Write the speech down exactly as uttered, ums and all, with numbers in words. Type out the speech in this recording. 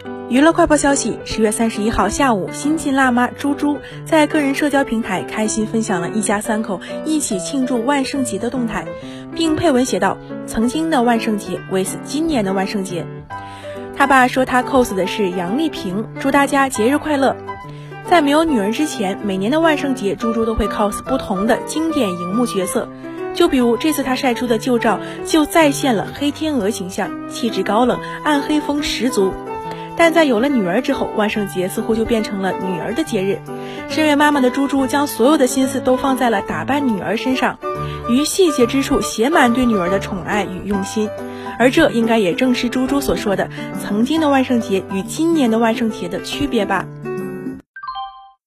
娱乐快报消息，十月三十一号下午，新晋辣妈猪猪在个人社交平台开心分享了一家三口一起庆祝万圣节的动态，并配文写道：曾经的万圣节为此今年的万圣节。他爸说他 cos 的是杨丽萍，祝大家节日快乐。在没有女儿之前，每年的万圣节猪猪都会 cos 不同的经典荧幕角色，就比如这次他晒出的旧照就再现了黑天鹅形象，气质高冷，暗黑风十足。但在有了女儿之后，万圣节似乎就变成了女儿的节日。身为妈妈的猪猪将所有的心思都放在了打扮女儿身上，于细节之处写满对女儿的宠爱与用心。而这应该也正是猪猪所说的曾经的万圣节与今年的万圣节的区别吧。